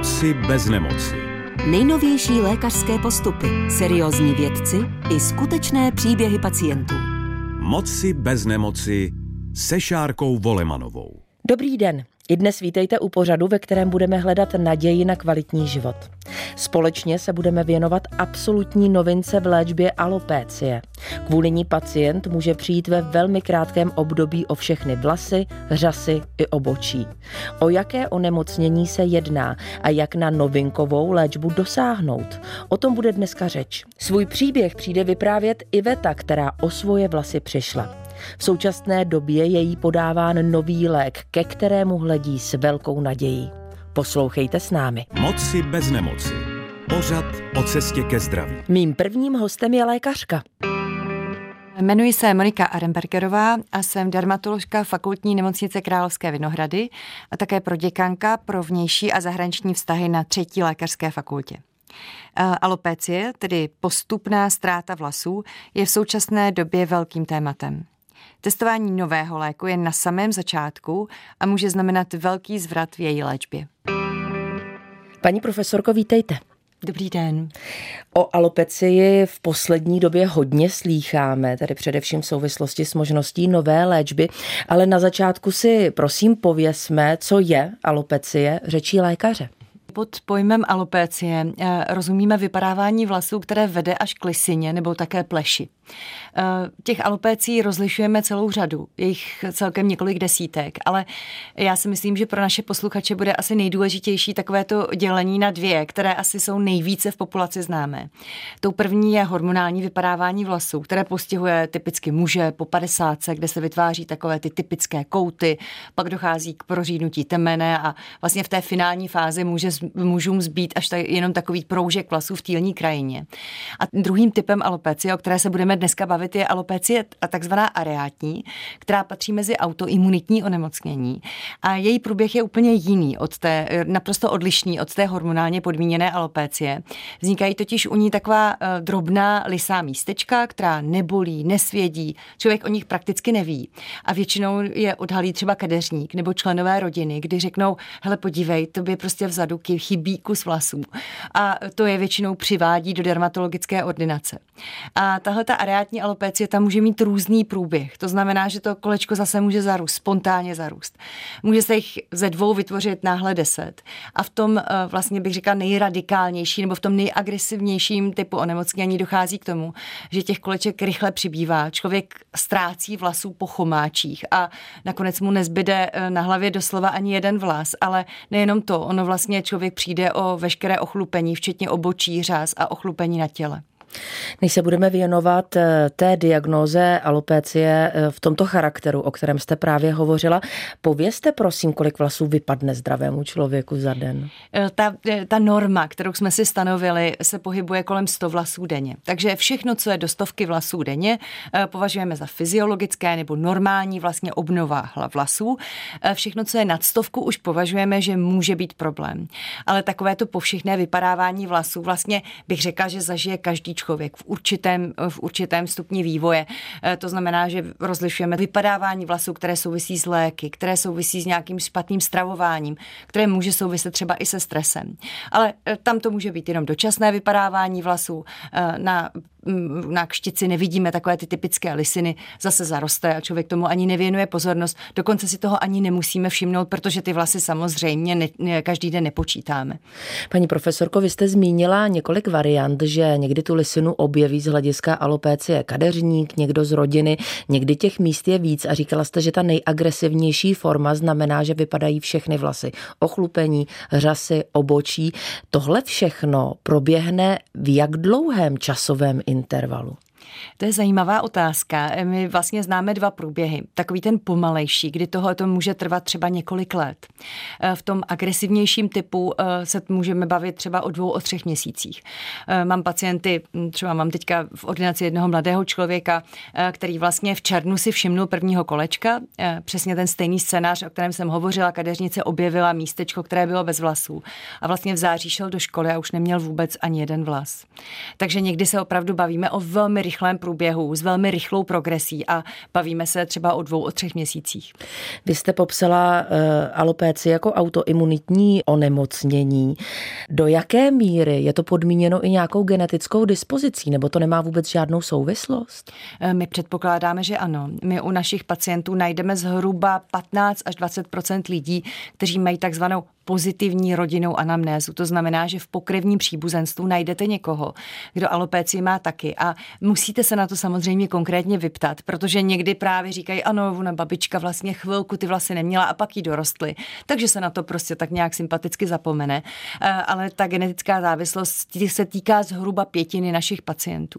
Moci bez nemoci. Nejnovější lékařské postupy, seriózní vědci i skutečné příběhy pacientů. Moci bez nemoci se Šárkou Volemanovou. Dobrý den. I dnes vítejte u pořadu, ve kterém budeme hledat naději na kvalitní život. Společně se budeme věnovat absolutní novince v léčbě alopécie. Kvůli ní pacient může přijít ve velmi krátkém období o všechny vlasy, řasy i obočí. O jaké onemocnění se jedná a jak na novinkovou léčbu dosáhnout? O tom bude dneska řeč. Svůj příběh přijde vyprávět Iveta, která o svoje vlasy přišla. V současné době je jí podáván nový lék, ke kterému hledí s velkou nadějí. Poslouchejte s námi. Moci bez nemoci. Pořad o cestě ke zdraví. Mým prvním hostem je lékařka. Jmenuji se Monika Arenbergerová a jsem dermatoložka Fakultní nemocnice Královské Vinohrady a také proděkanka pro vnější a zahraniční vztahy na 3. lékařské fakultě. Alopécie, tedy postupná ztráta vlasů, je v současné době velkým tématem. Testování nového léku je na samém začátku a může znamenat velký zvrat v její léčbě. Paní profesorko, vítejte. Dobrý den. O alopecii v poslední době hodně slýcháme, tedy především v souvislosti s možností nové léčby, ale na začátku si prosím pověsme, co je alopecie řečí lékaře. Pod pojmem alopécie rozumíme vypadávání vlasů, které vede až k lisině nebo také pleši. Těch alopécií rozlišujeme celou řadu, jejich celkem několik desítek, ale já si myslím, že pro naše posluchače bude asi nejdůležitější takovéto dělení na 2, které asi jsou nejvíce v populaci známé. Tou první je hormonální vypadávání vlasů, které postihuje typicky muže po 50, kde se vytváří takové ty typické kouty, pak dochází k prořídnutí temene a vlastně v té finální fázi může mužům zbýt až jenom takový proužek vlasů v týlní krajině. A druhým typem alopécie, o které se budeme dneska bavit, je alopécie takzvaná areátní, která patří mezi autoimunitní onemocnění. A její průběh je úplně jiný, naprosto odlišný od té hormonálně podmíněné alopécie. Vznikají totiž u ní taková drobná lisá místečka, která nebolí, nesvědí, člověk o nich prakticky neví. A většinou je odhalí třeba kadeřník nebo členové rodiny, kdy řeknou: hele, podívej, tobě prostě vzadu chybí kus vlasů. A to je většinou přivádí do dermatologické ordinace. A tahle ta areátní alopécie tam může mít různý průběh. To znamená, že to kolečko zase může zarůst, spontánně zarůst. Může se jich ze 2 vytvořit náhle 10. A v tom vlastně bych říkala nejradikálnější nebo v tom nejagresivnějším typu onemocnění dochází k tomu, že těch koleček rychle přibývá. Člověk ztrácí vlasů po chomáčích a nakonec mu nezbyde na hlavě doslova ani jeden vlas, ale nejenom to, ono vlastně člověk přijde o veškeré ochlupení, včetně obočí, řas a ochlupení na těle. Než se budeme věnovat té diagnóze alopécie v tomto charakteru, o kterém jste právě hovořila, povězte prosím, kolik vlasů vypadne zdravému člověku za den. Ta norma, kterou jsme si stanovili, se pohybuje kolem 100 vlasů denně. Takže všechno, co je do 100 vlasů denně, považujeme za fyziologické nebo normální vlastně obnova vlasů. Všechno, co je nad 100, už považujeme, že může být problém. Ale takové to povšechné vypadávání vlasů vlastně bych řekla, že zažije každý člověk v určitém stupni vývoje. To znamená, že rozlišujeme vypadávání vlasů, které souvisí s léky, které souvisí s nějakým špatným stravováním, které může souviset třeba i se stresem. Ale tam to může být jenom dočasné vypadávání vlasů. Na kštici nevidíme takové ty typické lisiny, zase zaroste a člověk tomu ani nevěnuje pozornost. Dokonce si toho ani nemusíme všimnout, protože ty vlasy samozřejmě každý den nepočítáme. Paní profesorko, vy jste zmínila několik variant, že někdy tu lisinu objeví z hlediska alopécie kadeřník, někdo z rodiny, někdy těch míst je víc a říkala jste, že ta nejagresivnější forma znamená, že vypadají všechny vlasy. Ochlupení, řasy, obočí. Tohle všechno proběhne v jak dlouhém časovém intervalu? To je zajímavá otázka. My vlastně známe 2 průběhy. Takový ten pomalejší, kdy tohle může trvat třeba několik let. V tom agresivnějším typu se můžeme bavit třeba o 2, o 3 měsících. Mám pacienty, třeba mám teďka v ordinaci jednoho mladého člověka, který vlastně v červnu si všimnul prvního kolečka. Přesně ten stejný scénář, o kterém jsem hovořila, kadeřnice objevila místečko, které bylo bez vlasů. A vlastně v září šel do školy a už neměl vůbec ani jeden vlas. Takže někdy se opravdu bavíme o velmi rychlém průběhu, s velmi rychlou progresí a bavíme se třeba o 2, o 3 měsících. Vy jste popsala alopécii jako autoimunitní onemocnění. Do jaké míry je to podmíněno i nějakou genetickou dispozicí, nebo to nemá vůbec žádnou souvislost? My předpokládáme, že ano. My u našich pacientů najdeme zhruba 15 až 20% lidí, kteří mají takzvanou pozitivní rodinnou anamnézu. To znamená, že v pokrevním příbuzenstvu najdete někoho, kdo alopécii má taky a musíte se na to samozřejmě konkrétně vyptat, protože někdy právě říkají, ano, ona babička vlastně chvilku ty vlasy neměla a pak jí dorostly, takže se na to prostě tak nějak sympaticky zapomene, ale ta genetická závislost se týká zhruba 1/5 našich pacientů.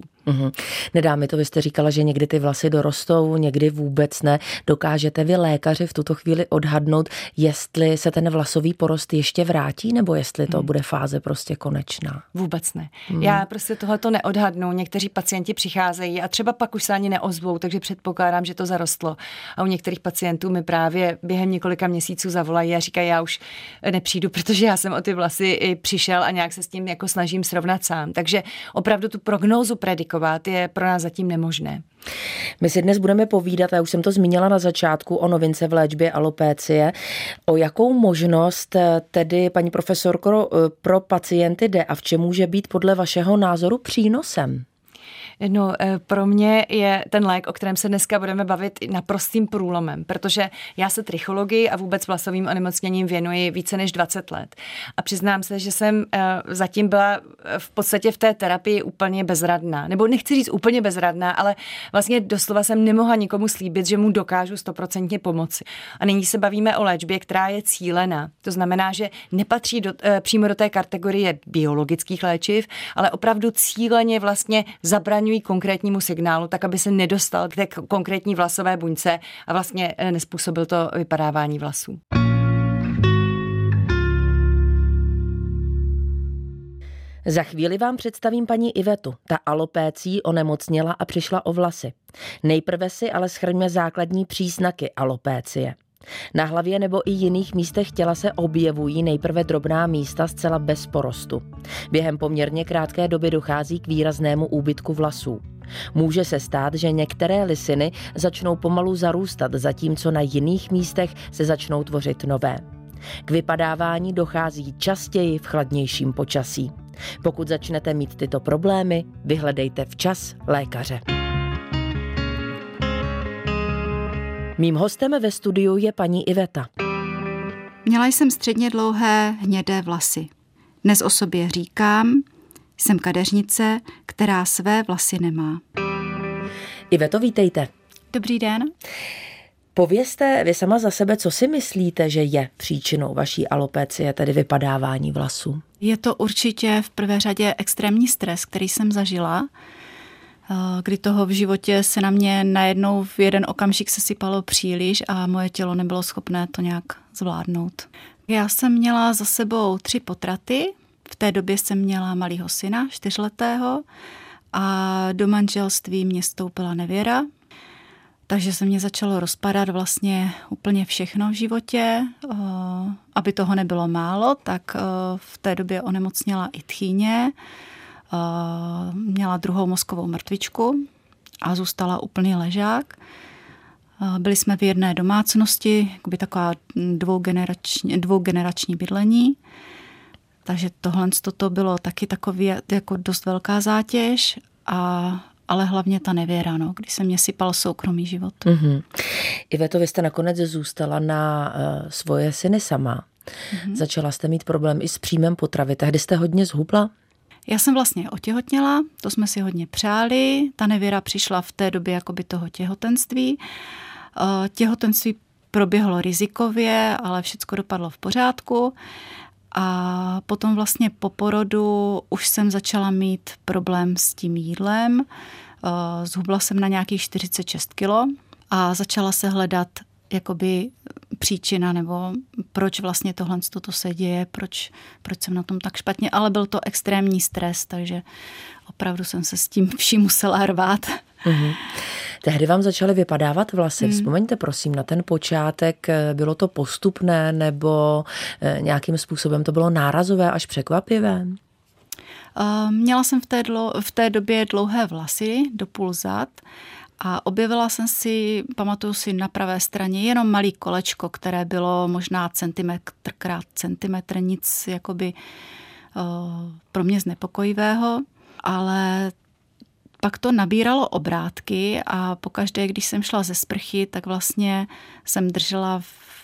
Nedá mi to, vy jste říkala, že někdy ty vlasy dorostou, někdy vůbec ne. Dokážete vy lékaři v tuto chvíli odhadnout, jestli se ten vlasový porost ještě vrátí, nebo jestli to bude fáze prostě konečná? Vůbec ne. Já prostě tohleto neodhadnu. Někteří pacienti přicházejí a třeba pak už se ani neozvou, takže předpokládám, že to zarostlo. A u některých pacientů mi právě během několika měsíců zavolají a říkají, já už nepřijdu, protože já jsem o ty vlasy i přišel a nějak se s tím jako snažím srovnat sám. Takže opravdu tu prognózu predikovat je pro nás zatím nemožné. My si dnes budeme povídat, já už jsem to zmínila na začátku, o novince v léčbě alopécie. O jakou možnost tedy, paní profesorko, pro pacienty jde a v čem může být podle vašeho názoru přínosem? No, pro mě je ten lék, o kterém se dneska budeme bavit, naprostým průlomem, protože já se trichologii a vůbec vlasovým onemocněním věnuji více než 20 let. A přiznám se, že jsem zatím byla v podstatě v té terapii úplně bezradná. Nebo nechci říct úplně bezradná, ale vlastně doslova jsem nemohla nikomu slíbit, že mu dokážu 100% pomoci. A nyní se bavíme o léčbě, která je cílená. To znamená, že nepatří přímo do té kategorie biologických léčiv, ale opravdu cíleně vlastně zabraňují konkrétnímu signálu, tak aby se nedostal k té konkrétní vlasové buňce a vlastně nespůsobil to vypadávání vlasů. Za chvíli vám představím paní Ivetu. Ta alopécií onemocněla a přišla o vlasy. Nejprve si ale shrňme základní příznaky alopécie. Na hlavě nebo i jiných místech těla se objevují nejprve drobná místa zcela bez porostu. Během poměrně krátké doby dochází k výraznému úbytku vlasů. Může se stát, že některé lisiny začnou pomalu zarůstat, zatímco na jiných místech se začnou tvořit nové. K vypadávání dochází častěji v chladnějším počasí. Pokud začnete mít tyto problémy, vyhledejte včas lékaře. Mým hostem ve studiu je paní Iveta. Měla jsem středně dlouhé hnědé vlasy. Dnes o sobě říkám, jsem kadeřnice, která své vlasy nemá. Iveto, vítejte. Dobrý den. Povězte vy sama za sebe, co si myslíte, že je příčinou vaší alopécie, tedy vypadávání vlasů? Je to určitě v prvé řadě extrémní stres, který jsem zažila, kdy toho v životě se na mě najednou v jeden okamžik sesypalo příliš a moje tělo nebylo schopné to nějak zvládnout. Já jsem měla za sebou 3 potraty. V té době jsem měla malýho syna, 4letého, a do manželství mě vstoupila nevěra. Takže se mě začalo rozpadat vlastně úplně všechno v životě. Aby toho nebylo málo, tak v té době onemocněla i tchýně. Měla 2. mozkovou mrtvičku a zůstala úplný ležák. Byli jsme v jedné domácnosti, jakoby taková dvougenerační bydlení. Takže tohle to bylo taky takový jako dost velká zátěž, ale hlavně ta nevěra, když se mě sypal soukromý život. Mm-hmm. Iveto, vy jste nakonec zůstala na svoje syny sama. Mm-hmm. Začala jste mít problém i s příjmem potravy. Tehdy jste hodně zhubla? Já jsem vlastně otěhotněla, to jsme si hodně přáli. Ta nevěra přišla v té době jakoby toho těhotenství. Těhotenství proběhlo rizikově, ale všechno dopadlo v pořádku. A potom vlastně po porodu už jsem začala mít problém s tím jídlem. Zhubla jsem na nějakých 46 kilo a začala se hledat jakoby příčina, nebo proč vlastně tohle toto se děje, proč jsem na tom tak špatně, ale byl to extrémní stres, takže opravdu jsem se s tím vším musela rvát. Mm-hmm. Tehdy vám začaly vypadávat vlasy. Vzpomeňte prosím na ten počátek, bylo to postupné nebo nějakým způsobem to bylo nárazové až překvapivé? Měla jsem v té době dlouhé vlasy do půl zad a objevila jsem si, pamatuju si, na pravé straně jenom malý kolečko, které bylo možná centimetr krát centimetr, nic jakoby pro mě znepokojivého, ale pak to nabíralo obrátky a pokaždé, když jsem šla ze sprchy, tak vlastně jsem držela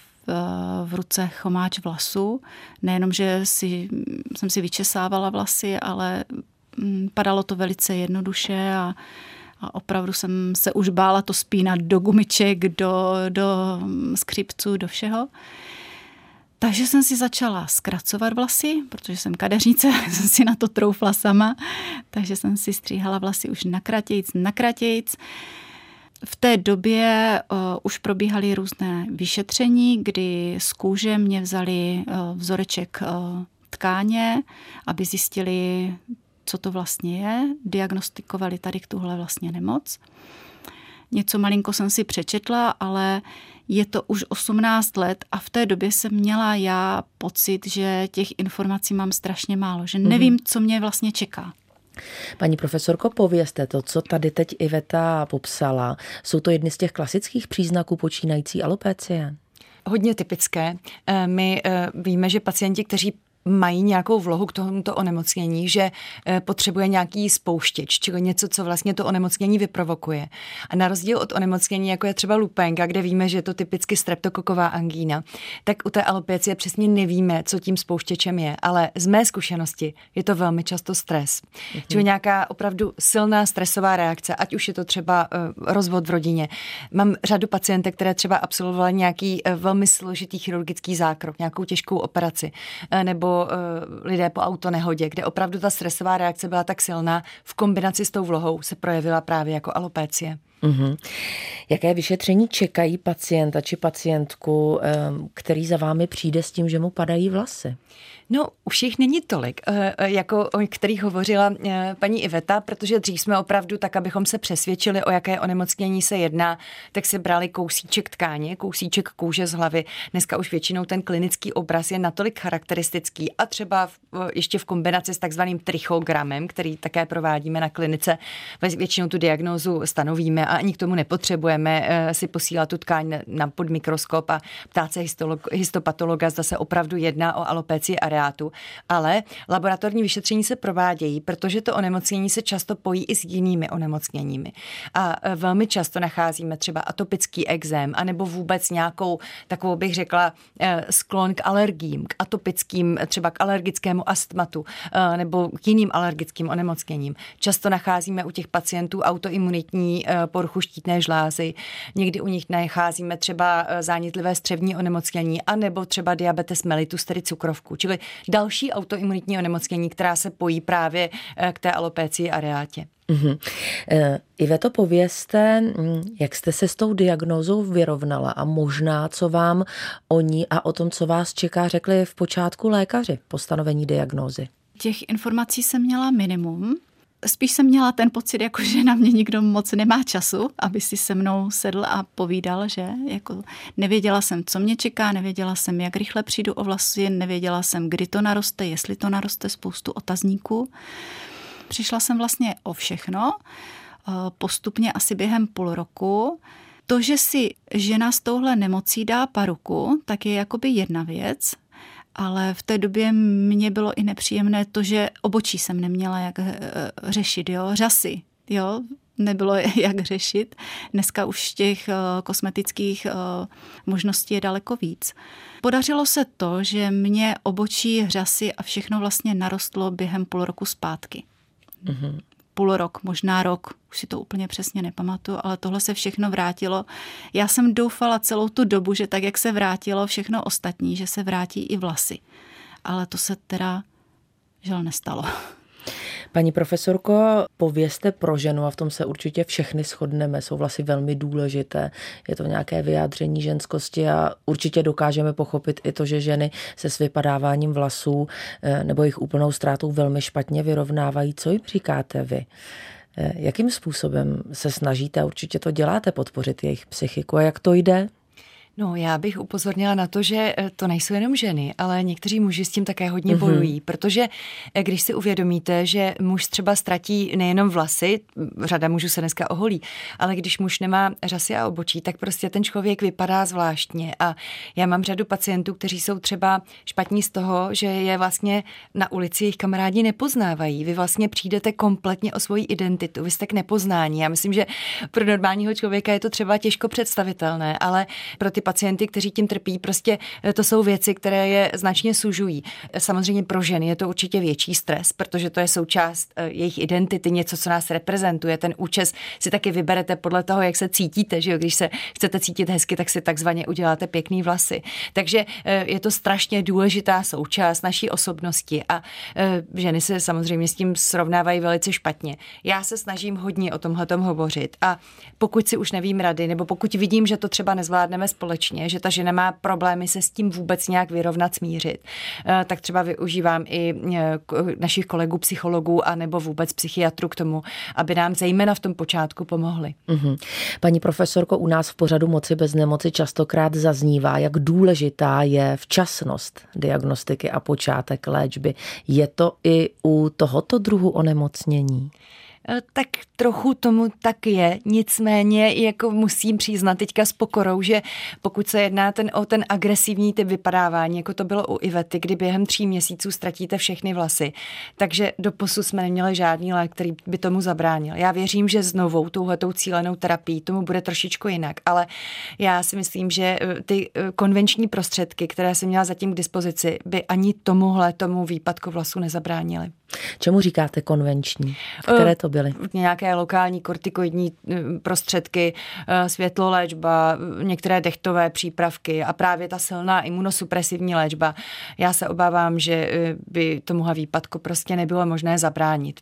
v ruce chomáč vlasů. Nejenom, že jsem si vyčesávala vlasy, ale padalo to velice jednoduše a opravdu jsem se už bála to spínat do gumiček, do skřipců, do všeho. Takže jsem si začala zkracovat vlasy, protože jsem kadeřnice, jsem si na to troufla sama, takže jsem si stříhala vlasy už nakratějc. V té době už probíhaly různé vyšetření, kdy z kůže mě vzali vzoreček tkáně, aby zjistili, co to vlastně je. Diagnostikovali tady tuhle vlastně nemoc. Něco malinko jsem si přečetla, ale je to už 18 let a v té době jsem měla já pocit, že těch informací mám strašně málo, že nevím, co mě vlastně čeká. Paní profesorko, povězte to, co tady teď Iveta popsala. Jsou to jedny z těch klasických příznaků počínající alopécie? Hodně typické. My víme, že pacienti, kteří mají nějakou vlohu k tomuto onemocnění, že potřebuje nějaký spouštěč, čili něco, co vlastně to onemocnění vyprovokuje. A na rozdíl od onemocnění, jako je třeba lupénka, kde víme, že je to typicky streptokoková angína, tak u té alopécie přesně nevíme, co tím spouštěčem je, ale z mé zkušenosti je to velmi často stres. Čili nějaká opravdu silná stresová reakce, ať už je to třeba rozvod v rodině. Mám řadu pacientek, které třeba absolvovaly nějaký velmi složitý chirurgický zákrok, nějakou těžkou operaci, nebo lidé po autonehodě, kde opravdu ta stresová reakce byla tak silná, v kombinaci s tou vlohou se projevila právě jako alopécie. Jaké vyšetření čekají pacienta či pacientku, který za vámi přijde s tím, že mu padají vlasy? No, už jich není tolik, jako o kterých hovořila paní Iveta, protože dřív jsme opravdu tak, abychom se přesvědčili, o jaké onemocnění se jedná, tak si brali kousíček tkáně, kousíček kůže z hlavy. Dneska už většinou ten klinický obraz je natolik charakteristický a třeba ještě v kombinaci s takzvaným trichogramem, který také provádíme na klinice, většinou tu diagnózu stanovíme a ani k tomu nepotřebujeme si posílat tu tkáň pod mikroskop a ptát se histopatologa, zda se opravdu jedná o alopécii areátu, ale laboratorní vyšetření se provádějí, protože to onemocnění se často pojí i s jinými onemocněními. A velmi často nacházíme třeba atopický ekzém, anebo vůbec nějakou takovou, bych řekla, sklon k alergiím, k atopickým, třeba k alergickému astmatu, nebo k jiným alergickým onemocněním. Často nacházíme u těch pacientů autoimunitní poruchu štítné žlázy, někdy u nich nacházíme třeba zánětlivé střevní onemocnění, anebo třeba diabetes mellitus, tedy cukrovku, čili další autoimunitní onemocnění, která se pojí právě k té alopécii areátě. Iveto, povězte, jak jste se s tou diagnózou vyrovnala a možná, co vám o ní a o tom, co vás čeká, řekli v počátku lékaři po stanovení diagnózy? Těch informací jsem měla minimum. Spíš jsem měla ten pocit, jako že na mě nikdo moc nemá času, aby si se mnou sedl a povídal, že jako nevěděla jsem, co mě čeká, nevěděla jsem, jak rychle přijdu o vlasy, nevěděla jsem, kdy to naroste, jestli to naroste, spoustu otazníků. Přišla jsem vlastně o všechno, postupně asi během půl roku. To, že si žena s touhle nemocí dá paruku, tak je jakoby jedna věc, ale v té době mě bylo i nepříjemné to, že obočí jsem neměla jak řešit, jo, řasy, jo, nebylo jak řešit. Dneska už těch kosmetických možností je daleko víc. Podařilo se to, že mě obočí, řasy a všechno vlastně narostlo během půl roku zpátky. Půl rok, možná rok, už si to úplně přesně nepamatuju, ale tohle se všechno vrátilo. Já jsem doufala celou tu dobu, že tak, jak se vrátilo všechno ostatní, že se vrátí i vlasy. Ale to se teda žel nestalo. Paní profesorko, povězte pro ženu, a v tom se určitě všechny shodneme, jsou vlasy velmi důležité, je to nějaké vyjádření ženskosti a určitě dokážeme pochopit i to, že ženy se s vypadáváním vlasů nebo jejich úplnou ztrátou velmi špatně vyrovnávají. Co jim říkáte vy? Jakým způsobem se snažíte, určitě to děláte, podpořit jejich psychiku a jak to jde? No, já bych upozornila na to, že to nejsou jenom ženy, ale někteří muži s tím také hodně bojují, protože když si uvědomíte, že muž třeba ztratí nejenom vlasy, řada mužů se dneska oholí, ale když muž nemá řasy a obočí, tak prostě ten člověk vypadá zvláštně. A já mám řadu pacientů, kteří jsou třeba špatní z toho, že je vlastně na ulici jejich kamarádi nepoznávají. Vy vlastně přijdete kompletně o svoji identitu, vy jste k nepoznání. Já myslím, že pro normálního člověka je to třeba těžko představitelné, ale pro ty pacienty, kteří tím trpí, prostě to jsou věci, které je značně sužují. Samozřejmě pro ženy je to určitě větší stres, protože to je součást jejich identity, něco, co nás reprezentuje. Ten účes si taky vyberete podle toho, jak se cítíte, že jo? Když se chcete cítit hezky, tak si takzvaně uděláte pěkný vlasy. Takže je to strašně důležitá součást naší osobnosti a ženy se samozřejmě s tím srovnávají velice špatně. Já se snažím hodně o tomhletom hovořit a pokud si už nevím rady, nebo pokud vidím, že to třeba nezvládneme společně, že ta žena má problémy se s tím vůbec nějak vyrovnat, smířit, tak třeba využívám i našich kolegů psychologů a nebo vůbec psychiatrů k tomu, aby nám zejména v tom počátku pomohli. Paní profesorko, u nás v pořadu Moci bez nemoci častokrát zaznívá, jak důležitá je včasnost diagnostiky a počátek léčby. Je to i u tohoto druhu onemocnění? Tak trochu tomu tak je, nicméně jako musím přiznat teďka s pokorou, že pokud se jedná o ten agresivní typ vypadávání, jako to bylo u Ivety, kdy během 3 měsíců ztratíte všechny vlasy, takže doposud jsme neměli žádný lék, který by tomu zabránil. Já věřím, že s novou touhletou cílenou terapií tomu bude trošičku jinak, ale já si myslím, že ty konvenční prostředky, které jsem měla zatím k dispozici, by ani tomu výpadku vlasů nezabránily. Čemu říkáte konvenční? Které to byly? Nějaké lokální kortikoidní prostředky, světloléčba, některé dechtové přípravky a právě ta silná imunosupresivní léčba. Já se obávám, že by tomuhle výpadku prostě nebylo možné zabránit.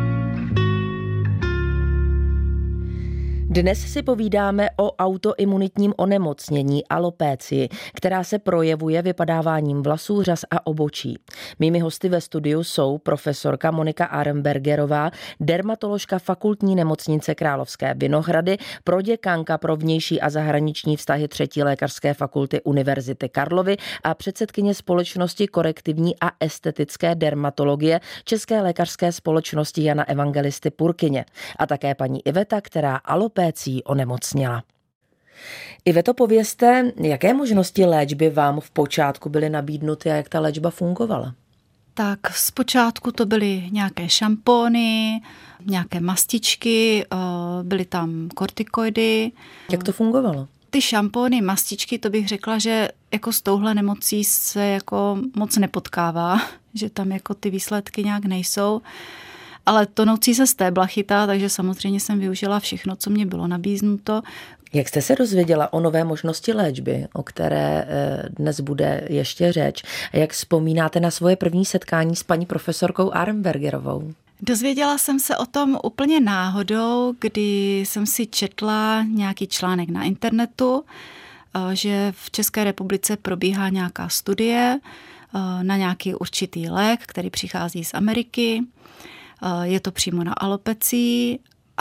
Dnes si povídáme o autoimunitním onemocnění alopécii, která se projevuje vypadáváním vlasů, řas a obočí. Mými hosty ve studiu jsou profesorka Monika Arenbergerová, dermatoložka Fakultní nemocnice Královské Vinohrady, proděkanka pro vnější a zahraniční vztahy 3. lékařské fakulty Univerzity Karlovy a předsedkyně společnosti korektivní a estetické dermatologie České lékařské společnosti Jana Evangelisty Purkyně. A také paní Iveta, která alopécii onemocněla. Iveto, povězte, jaké možnosti léčby vám v počátku byly nabídnuty a jak ta léčba fungovala? Tak zpočátku to byly nějaké šampóny, nějaké mastičky, byly tam kortikoidy. Jak to fungovalo? Ty šampóny, mastičky, to bych řekla, že jako s touhle nemocí se jako moc nepotkává, že tam jako ty výsledky nějak nejsou. Ale tonoucí se stébla chytá, takže samozřejmě jsem využila všechno, co mě bylo nabídnuto. Jak jste se dozvěděla o nové možnosti léčby, o které dnes bude ještě řeč? A jak vzpomínáte na svoje první setkání s paní profesorkou Arenbergerovou? Dozvěděla jsem se o tom úplně náhodou, kdy jsem si četla nějaký článek na internetu, že v České republice probíhá nějaká studie na nějaký určitý lék, který přichází z Ameriky. Je to přímo na alopecii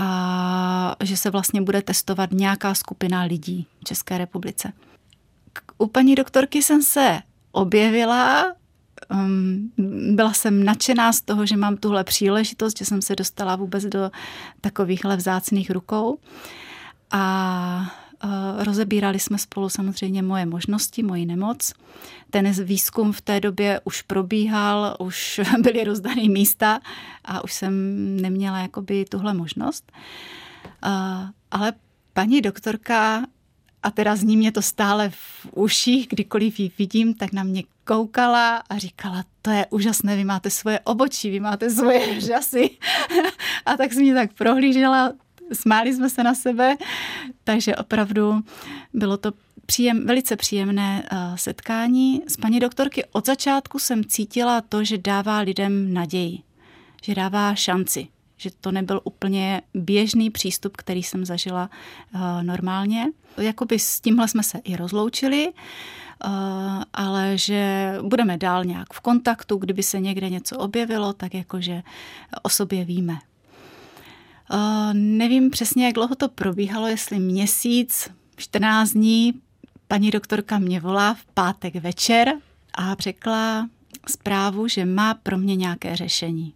a že se vlastně bude testovat nějaká skupina lidí v České republice. U paní doktorky jsem se objevila, byla jsem nadšená z toho, že mám tuhle příležitost, že jsem se dostala vůbec do takovýchhle vzácných rukou a rozebírali jsme spolu samozřejmě moje možnosti, moji nemoc. Ten výzkum v té době už probíhal, už byly rozdané místa a už jsem neměla jakoby tuhle možnost. Ale paní doktorka, a teda zní mě to stále v uších, kdykoliv ji vidím, tak na mě koukala a říkala, to je úžasné, vy máte svoje obočí, vy máte svoje řasy. A tak jsem mě tak prohlížela, smáli jsme se na sebe, takže opravdu bylo to velice příjemné setkání. S paní doktorky od začátku jsem cítila to, že dává lidem naději, že dává šanci, že to nebyl úplně běžný přístup, který jsem zažila normálně. Jakoby s tímhle jsme se i rozloučili, ale že budeme dál nějak v kontaktu, kdyby se někde něco objevilo, tak jakože o sobě víme. Nevím přesně, jak dlouho to probíhalo, jestli měsíc, 14 dní, paní doktorka mě volá v pátek večer a řekla zprávu, že má pro mě nějaké řešení.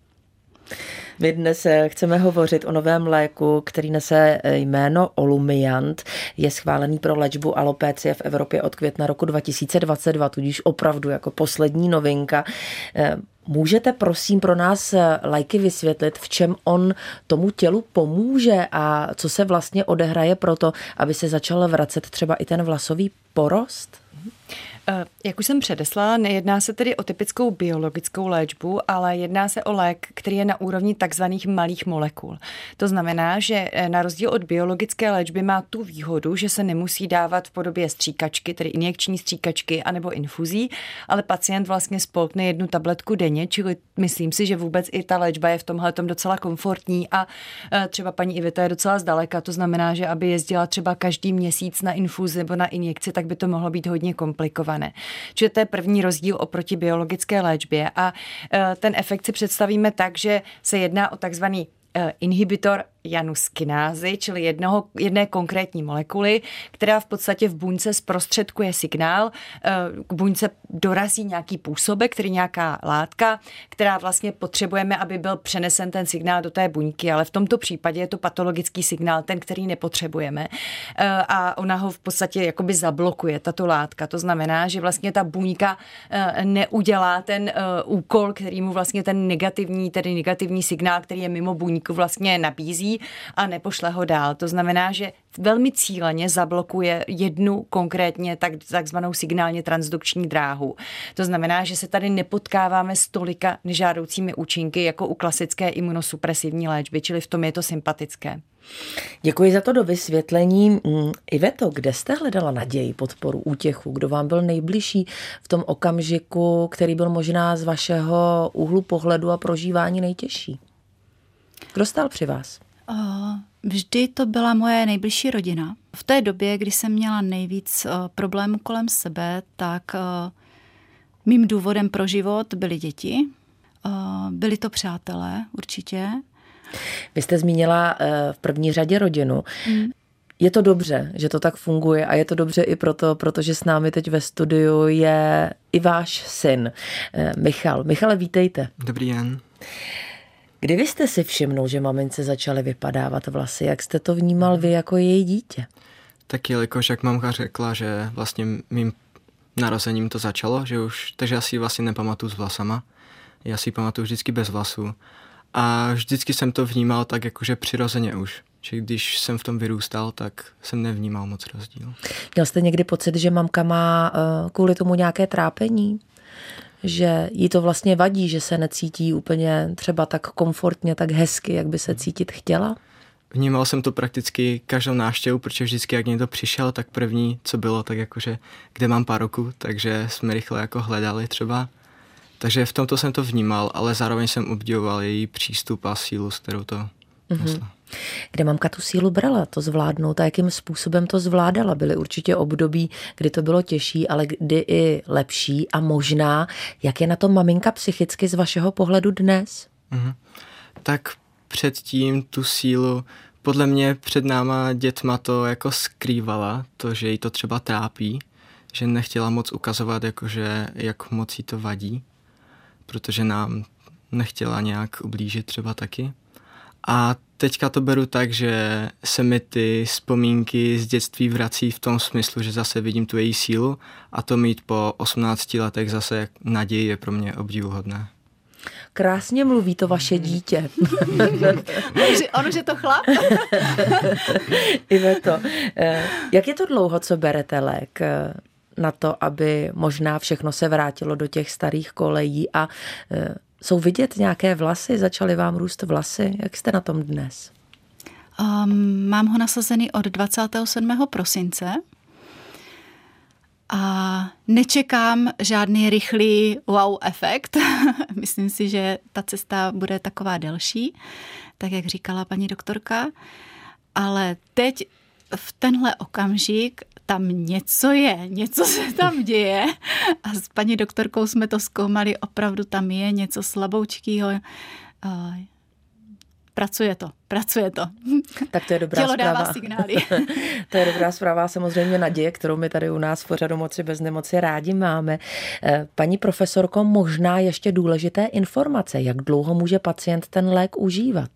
My dnes chceme hovořit o novém léku, který nese jméno Olumiant. Je schválený pro léčbu alopécie v Evropě od května roku 2022, tudíž opravdu jako poslední novinka. Můžete prosím pro nás laiky vysvětlit, v čem on tomu tělu pomůže a co se vlastně odehraje proto, aby se začal vracet třeba i ten vlasový porost? Jak už jsem předeslala, nejedná se tedy o typickou biologickou léčbu, ale jedná se o lék, který je na úrovni takzvaných malých molekul. To znamená, že na rozdíl od biologické léčby má tu výhodu, že se nemusí dávat v podobě stříkačky, tedy injekční stříkačky anebo infuzí, ale pacient vlastně spolkne 1 tabletku denně, čili myslím si, že vůbec i ta léčba je v tomhletom docela komfortní a třeba paní Iveta je docela zdaleka, to znamená, že aby jezdila třeba každý měsíc na infuzi nebo na injekci, tak by to mohlo být hodně komplikované. Čili to je první rozdíl oproti biologické léčbě a ten efekt si představíme tak, že se jedná o takzvaný inhibitor januskinázy, čili jedné konkrétní molekuly, která v podstatě v buňce zprostředkuje signál, k buňce dorazí nějaký působek, který nějaká látka, která vlastně potřebujeme, aby byl přenesen ten signál do té buňky, ale v tomto případě je to patologický signál, ten, který nepotřebujeme a ona ho v podstatě jakoby zablokuje, tato látka. To znamená, že vlastně ta buňka neudělá ten úkol, který mu vlastně ten negativní signál, který je mimo buňku, vlastně nabízí a nepošle ho dál. To znamená, že velmi cíleně zablokuje jednu konkrétně takzvanou signálně transdukční dráhu. To znamená, že se tady nepotkáváme s tolika nežádoucími účinky jako u klasické imunosupresivní léčby, čili v tom je to sympatické. Děkuji za to dovysvětlení. Iveto, kde jste hledala naději, podporu, útěchu? Kdo vám byl nejbližší v tom okamžiku, který byl možná z vašeho úhlu pohledu a prožívání nejtěžší? Kdo stál při vás? Vždy to byla moje nejbližší rodina. V té době, kdy jsem měla nejvíc problémů kolem sebe, tak mým důvodem pro život byly děti, byli to přátelé určitě. Vy jste zmínila v první řadě rodinu. Je to dobře, že to tak funguje a je to dobře i proto, protože s námi teď ve studiu je i váš syn, Michal. Michale, vítejte. Dobrý den. Kdy vy jste si všimnul, že mamince začaly vypadávat vlasy? Jak jste to vnímal vy jako její dítě? Tak jelikož, jak mamka řekla, že vlastně mým narozením to začalo, že už, takže já si vlastně nepamatuju s vlasama. Já si pamatuju vždycky bez vlasů. A vždycky jsem to vnímal tak jakože přirozeně už. Že když jsem v tom vyrůstal, tak jsem nevnímal moc rozdíl. Měl jste někdy pocit, že mamka má kvůli tomu nějaké trápení? Že jí to vlastně vadí, že se necítí úplně třeba tak komfortně, tak hezky, jak by se cítit chtěla? Vnímal jsem to prakticky každou návštěvu, protože vždycky, jak někdo přišel, tak první, co bylo, tak jakože, kde mám pároku, takže jsme rychle jako hledali třeba. Takže v tomto jsem to vnímal, ale zároveň jsem obdivoval její přístup a sílu, s kterou to nesla. Kde mamka tu sílu brala to zvládnout a jakým způsobem to zvládala? Byly určitě období, kdy to bylo těžší, ale kdy i lepší a možná, jak je na tom maminka psychicky z vašeho pohledu dnes? Tak předtím tu sílu, podle mě před náma dětma to jako skrývala, to, že jí to třeba trápí, že nechtěla moc ukazovat, jakože jak moc jí to vadí, protože nám nechtěla nějak ublížit třeba taky. A teďka to beru tak, že se mi ty vzpomínky z dětství vrací v tom smyslu, že zase vidím tu její sílu a to mít po 18 letech zase naději je pro mě obdivuhodné. Krásně mluví to vaše dítě. Ono, že to chlap? Iveto, jak je to dlouho, co berete lék na to, aby možná všechno se vrátilo do těch starých kolejí a jsou vidět nějaké vlasy? Začaly vám růst vlasy? Jak jste na tom dnes? Mám ho nasazený od 27. prosince a nečekám žádný rychlý wow efekt. Myslím si, že ta cesta bude taková delší, tak jak říkala paní doktorka. Ale teď v tenhle okamžik tam něco je, něco se tam děje a s paní doktorkou jsme to zkoumali, opravdu tam je něco slaboučkýho. pracuje to. Tak to je dobrá Tělo zpráva. dává signály. To je dobrá zpráva, samozřejmě naděje, kterou my tady u nás v pořadu Moci bez nemoci rádi máme. Paní profesorko, možná ještě důležité informace, jak dlouho může pacient ten lék užívat?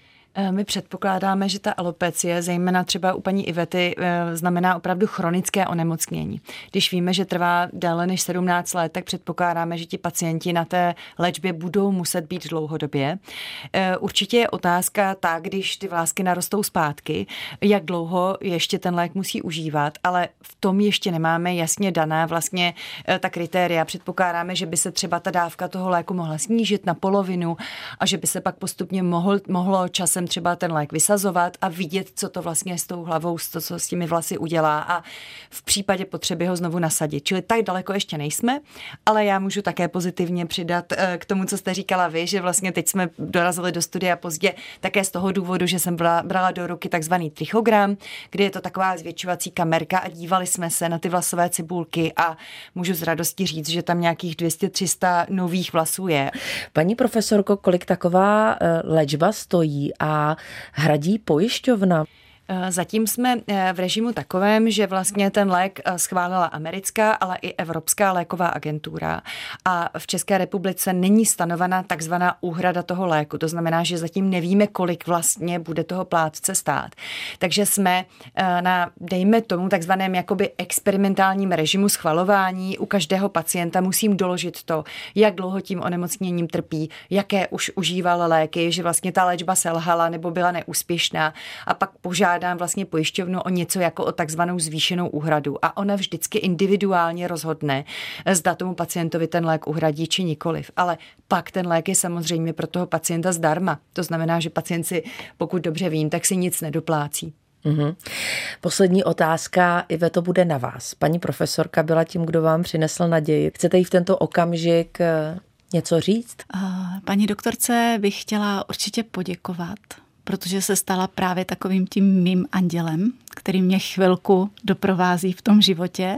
My předpokládáme, že ta alopecie, zejména třeba u paní Ivety, znamená opravdu chronické onemocnění. Když víme, že trvá déle než 17 let, tak předpokládáme, že ti pacienti na té léčbě budou muset být dlouhodobě. Určitě je otázka ta, když ty vlásky narostou zpátky, jak dlouho ještě ten lék musí užívat, ale v tom ještě nemáme jasně daná vlastně ta kritéria. Předpokládáme, že by se třeba ta dávka toho léku mohla snížit na polovinu a že by se pak postupně mohlo časem třeba ten lék vysazovat a vidět, co to vlastně s tou hlavou, co s těmi vlasy udělá a v případě potřeby ho znovu nasadit. Čili tak daleko ještě nejsme, ale já můžu také pozitivně přidat k tomu, co jste říkala vy, že vlastně teď jsme dorazili do studia pozdě také z toho důvodu, že jsem brala do ruky takzvaný trichogram, kdy je to taková zvětšovací kamerka a dívali jsme se na ty vlasové cibulky a můžu s radostí říct, že tam nějakých 200-300 nových vlasů je. Paní profesorko, kolik taková léčba stojí a hradí pojišťovna? Zatím jsme v režimu takovém, že vlastně ten lék schválila americká, ale i Evropská léková agentura a v České republice není stanovena takzvaná úhrada toho léku. To znamená, že zatím nevíme, kolik vlastně bude toho plátce stát. Takže jsme na, dejme tomu, takzvaném jakoby experimentálním režimu schvalování. U každého pacienta musím doložit to, jak dlouho tím onemocněním trpí, jaké už užíval léky, že vlastně ta léčba selhala nebo byla neúspěšná a pak požádám vlastně pojišťovnu o něco jako o takzvanou zvýšenou úhradu a ona vždycky individuálně rozhodne, zda tomu pacientovi ten lék uhradí či nikoliv. Ale pak ten lék je samozřejmě pro toho pacienta zdarma. To znamená, že pacient si, pokud dobře vím, tak si nic nedoplácí. Uhum. Poslední otázka, Iveto, bude na vás. Paní profesorka byla tím, kdo vám přinesl naději. Chcete jí v tento okamžik něco říct? Paní doktorce bych chtěla určitě poděkovat, protože se stala právě takovým tím mým andělem, který mě chvilku doprovází v tom životě.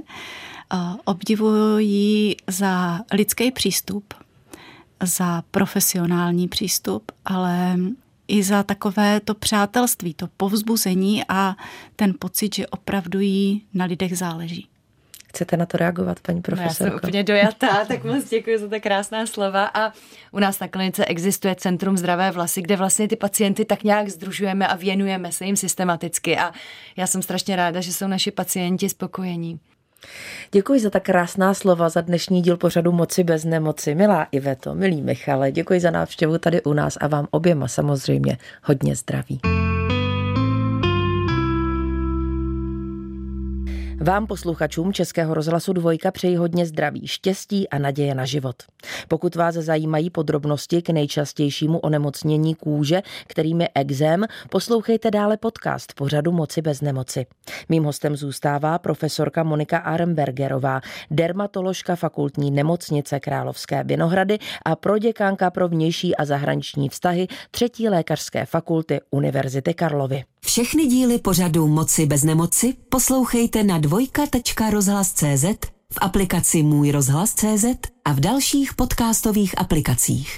Obdivuji ji za lidský přístup, za profesionální přístup, ale i za takové to přátelství, to povzbuzení a ten pocit, že opravdu jí na lidech záleží. Chcete na to reagovat, paní profesorko? Já jsem úplně dojatá, tak moc děkuji za ta krásná slova a u nás na klinice existuje Centrum zdravé vlasy, kde vlastně ty pacienty tak nějak sdružujeme a věnujeme se jim systematicky a já jsem strašně ráda, že jsou naši pacienti spokojení. Děkuji za tak krásná slova, za dnešní díl pořadu Moci bez nemoci. Milá Iveto, milý Michale, děkuji za návštěvu tady u nás a vám oběma samozřejmě hodně zdraví. Vám, posluchačům Českého rozhlasu Dvojka, přeji hodně zdraví, štěstí a naděje na život. Pokud vás zajímají podrobnosti k nejčastějšímu onemocnění kůže, kterým je ekzém, poslouchejte dále podcast pořadu Moci bez nemoci. Mým hostem zůstává profesorka Monika Arembergerová, dermatoložka Fakultní nemocnice Královské Vinohrady a proděkánka pro vnější a zahraniční vztahy 3. lékařské fakulty Univerzity Karlovy. Všechny díly pořadu Moci bez nemoci poslouchejte na dvojka.rozhlas.cz, v aplikaci Můj rozhlas.cz a v dalších podcastových aplikacích.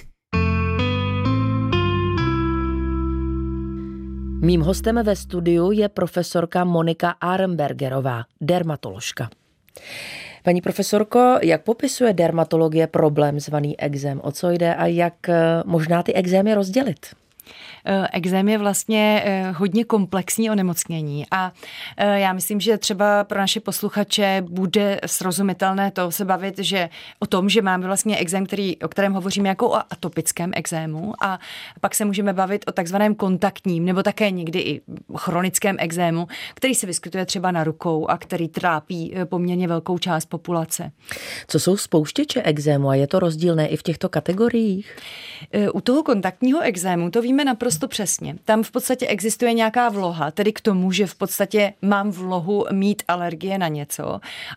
Mým hostem ve studiu je profesorka Monika Arembergerová, dermatoložka. Paní profesorko, jak popisuje dermatologie problém zvaný ekzém? O co jde a jak možná ty ekzémy rozdělit? Ekzém je vlastně hodně komplexní onemocnění a já myslím, že třeba pro naše posluchače bude srozumitelné to se bavit, že o tom, že máme vlastně ekzém, o kterém hovoříme jako o atopickém ekzému a pak se můžeme bavit o takzvaném kontaktním nebo také někdy i chronickém ekzému, který se vyskytuje třeba na rukou a který trápí poměrně velkou část populace. Co jsou spouštěče ekzému a je to rozdílné i v těchto kategoriích? U toho kontaktního ekzému to víme naprosto přesně. Tam v podstatě existuje nějaká vloha, tedy k tomu, že v podstatě mám vlohu mít alergie na něco a v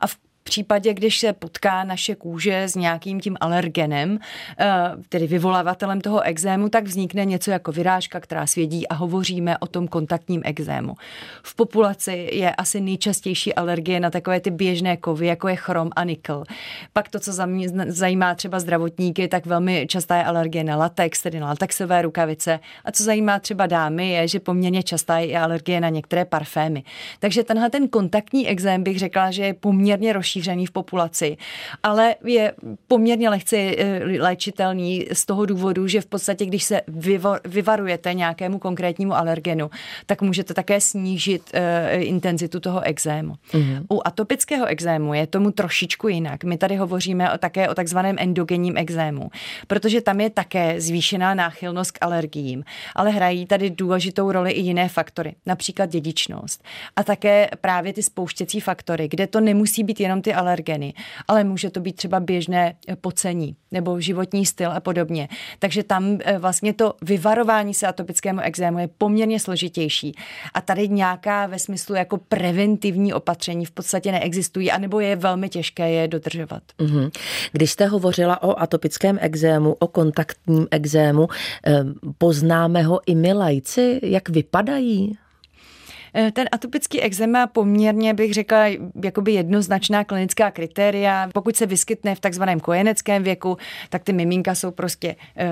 případě, když se potká naše kůže s nějakým tím alergenem, tedy vyvolávatelem toho ekzému, tak vznikne něco jako vyrážka, která svědí a hovoříme o tom kontaktním ekzému. V populaci je asi nejčastější alergie na takové ty běžné kovy, jako je chrom a nikl. Pak to, co zajímá třeba zdravotníky, tak velmi častá je alergie na latex, tedy na latexové rukavice. A co zajímá třeba dámy, je, že poměrně častá je i alergie na některé parfémy. Takže tenhle ten kontaktní ekzém bych řekla, že je poměrně rozšířený v populaci, ale je poměrně lehce léčitelný z toho důvodu, že v podstatě, když se vyvarujete nějakému konkrétnímu alergenu, tak můžete také snížit intenzitu toho ekzému. U atopického ekzému je tomu trošičku jinak. My tady hovoříme také o takzvaném endogenním ekzému, protože tam je také zvýšená náchylnost k alergiím, ale hrají tady důležitou roli i jiné faktory, například dědičnost a také právě ty spouštěcí faktory, kde to nemusí být jenom ty alergeny, ale může to být třeba běžné pocení nebo životní styl a podobně. Takže tam vlastně to vyvarování se atopickému ekzému je poměrně složitější a tady nějaká ve smyslu jako preventivní opatření v podstatě neexistují, anebo je velmi těžké je dodržovat. Když jste hovořila o atopickém ekzému, o kontaktním ekzému, poznáme ho i my laici, jak vypadají? Ten atopický ekzém má poměrně, bych řekla, jakoby jednoznačná klinická kritéria. Pokud se vyskytne v takzvaném kojeneckém věku, tak ty miminka jsou prostě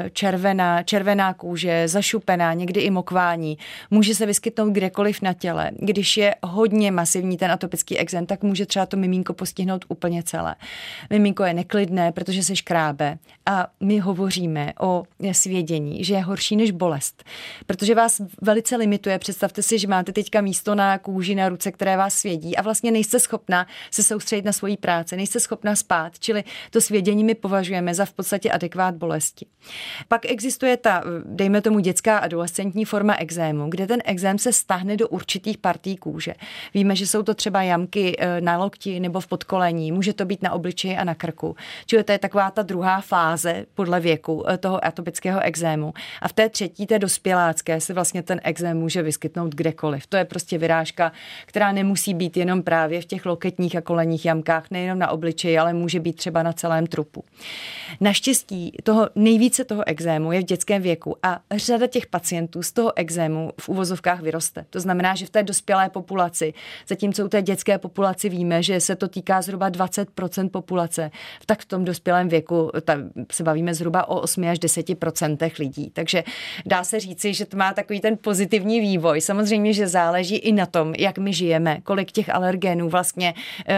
červená kůže, zašupená, někdy i mokvání. Může se vyskytnout kdekoliv na těle. Když je hodně masivní ten atopický ekzém, tak může třeba to miminko postihnout úplně celé. Miminko je neklidné, protože se škrábe. A my hovoříme o svědění, že je horší než bolest. Protože vás velice limituje. Představte si, že máte teďka místo na kůži, na ruce, které vás svědí a vlastně nejste schopna se soustředit na svoji práci, nejste schopna spát, čili to svědění my považujeme za v podstatě adekvát bolesti. Pak existuje ta, dejme tomu, dětská adolescentní forma ekzému, kde ten ekzém se stáhne do určitých partí kůže. Víme, že jsou to třeba jamky na lokti nebo v podkolení, může to být na obličeji a na krku. Čili to je taková ta druhá fáze podle věku toho atopického ekzému. A v té třetí, té dospělácké, se vlastně ten ekzém může vyskytnout kdekoliv. To je prostě vyrážka, která nemusí být jenom právě v těch loketních a kolenních jamkách, nejenom na obličeji, ale může být třeba na celém trupu. Naštěstí nejvíce toho ekzému je v dětském věku a řada těch pacientů z toho ekzému v uvozovkách vyroste. To znamená, že v té dospělé populaci, zatímco u té dětské populaci víme, že se to týká zhruba 20% populace, tak v tom dospělém věku se bavíme zhruba o 8 až 10% lidí. Takže dá se říci, že to má takový ten pozitivní vývoj. Samozřejmě, že záleží i na tom, jak my žijeme, kolik těch alergenů vlastně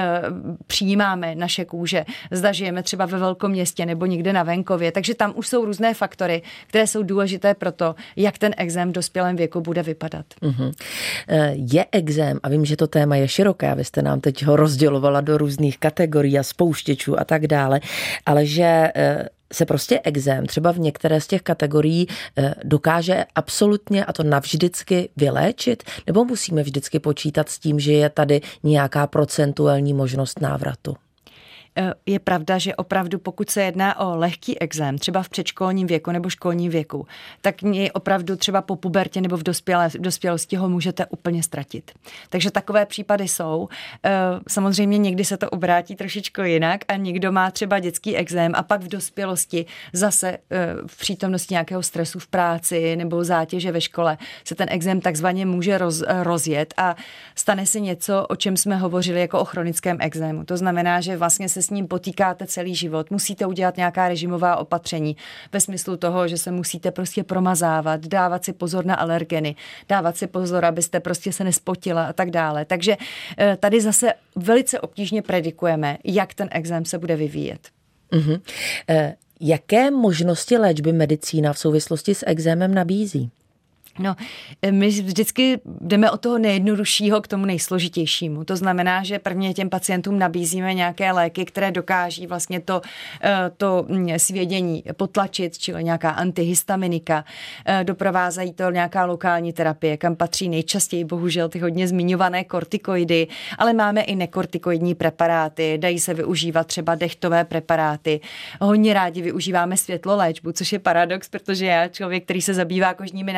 přijímáme naše kůže. Zda žijeme třeba ve velkom městě nebo někde na venkově. Takže tam už jsou různé faktory, které jsou důležité pro to, jak ten ekzém v dospělém věku bude vypadat. Je ekzém, a vím, že to téma je široké, vy jste nám teď ho rozdělovala do různých kategorií a spouštěčů a tak dále, ale že se prostě ekzém třeba v některé z těch kategorií dokáže absolutně a to navždycky vyléčit, nebo musíme vždycky počítat s tím, že je tady nějaká procentuální možnost návratu? Je pravda, že opravdu pokud se jedná o lehký ekzém, třeba v předškolním věku nebo školním věku, tak mě opravdu třeba po pubertě nebo v dospělosti ho můžete úplně ztratit. Takže takové případy jsou. Samozřejmě někdy se to obrátí trošičku jinak a někdo má třeba dětský ekzém a pak v dospělosti zase v přítomnosti nějakého stresu v práci nebo zátěže ve škole se ten ekzém takzvaně může rozjet a stane se něco, o čem jsme hovořili jako o chronickém ekzému. To znamená, že vlastně se s ním potýkáte celý život. Musíte udělat nějaká režimová opatření ve smyslu toho, že se musíte prostě promazávat, dávat si pozor na alergeny, dávat si pozor, abyste prostě se nespotila a tak dále. Takže tady zase velice obtížně predikujeme, jak ten ekzém se bude vyvíjet. Jaké možnosti léčby medicína v souvislosti s ekzémem nabízí? No, my vždycky jdeme od toho nejjednoduššího k tomu nejsložitějšímu. To znamená, že prvně těm pacientům nabízíme nějaké léky, které dokáží vlastně to svědění potlačit, čili nějaká antihistaminika. Doprovázají to nějaká lokální terapie, kam patří nejčastěji bohužel ty hodně zmiňované kortikoidy, ale máme i nekortikoidní preparáty, dají se využívat třeba dechtové preparáty. Hodně rádi využíváme světloléčbu, což je paradox, protože já, člověk, který se zabývá kožními nádory, tak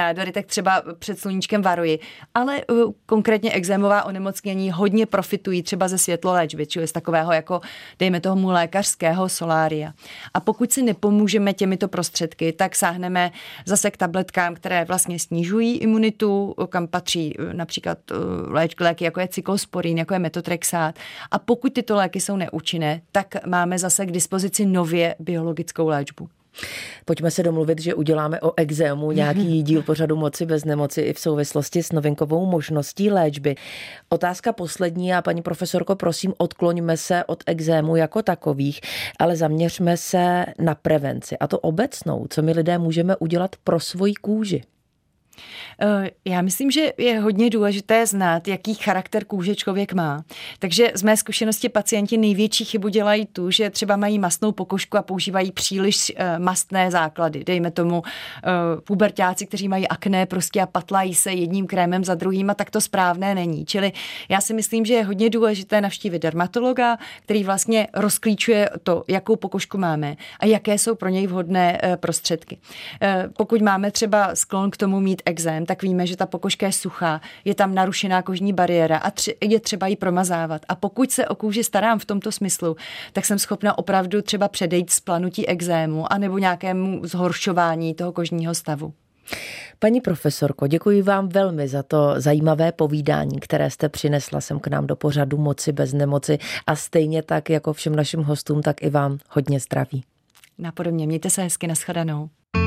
třeba před sluníčkem varuji. Ale konkrétně ekzémová onemocnění hodně profitují třeba ze světloléčby, čili z takového jako, dejme tomu, lékařského solária. A pokud si nepomůžeme těmito prostředky, tak sáhneme zase k tabletkám, které vlastně snižují imunitu, kam patří například léky, jako je cyklosporin, jako je metotrexát. A pokud tyto léky jsou neúčinné, tak máme zase k dispozici nově biologickou léčbu. Pojďme se domluvit, že uděláme o ekzému nějaký díl pořadu Moci bez nemoci i v souvislosti s novinkovou možností léčby. Otázka poslední a paní profesorko, prosím, odkloňme se od ekzému jako takových, ale zaměřme se na prevenci, a to obecnou, co my lidé můžeme udělat pro svoji kůži. Já myslím, že je hodně důležité znát, jaký charakter kůže člověk má. Takže z mé zkušenosti pacienti největší chybu dělají tu, že třeba mají mastnou pokožku a používají příliš mastné základy. Dejme tomu puberťáci, kteří mají akné prostě a patlají se jedním krémem za druhým a tak to správné není. Čili já si myslím, že je hodně důležité navštívit dermatologa, který vlastně rozklíčuje to, jakou pokožku máme a jaké jsou pro něj vhodné prostředky. Pokud máme třeba sklon k tomu mít ekzém, tak víme, že ta pokožka je suchá, je tam narušená kožní bariéra a je třeba ji promazávat. A pokud se o kůži starám v tomto smyslu, tak jsem schopna opravdu třeba předejít splanutí ekzému anebo nějakému zhoršování toho kožního stavu. Paní profesorko, děkuji vám velmi za to zajímavé povídání, které jste přinesla sem k nám do pořadu Moci bez nemoci a stejně tak jako všem našim hostům, tak i vám hodně zdraví. Napodobně, mějte se hezky, nashledanou.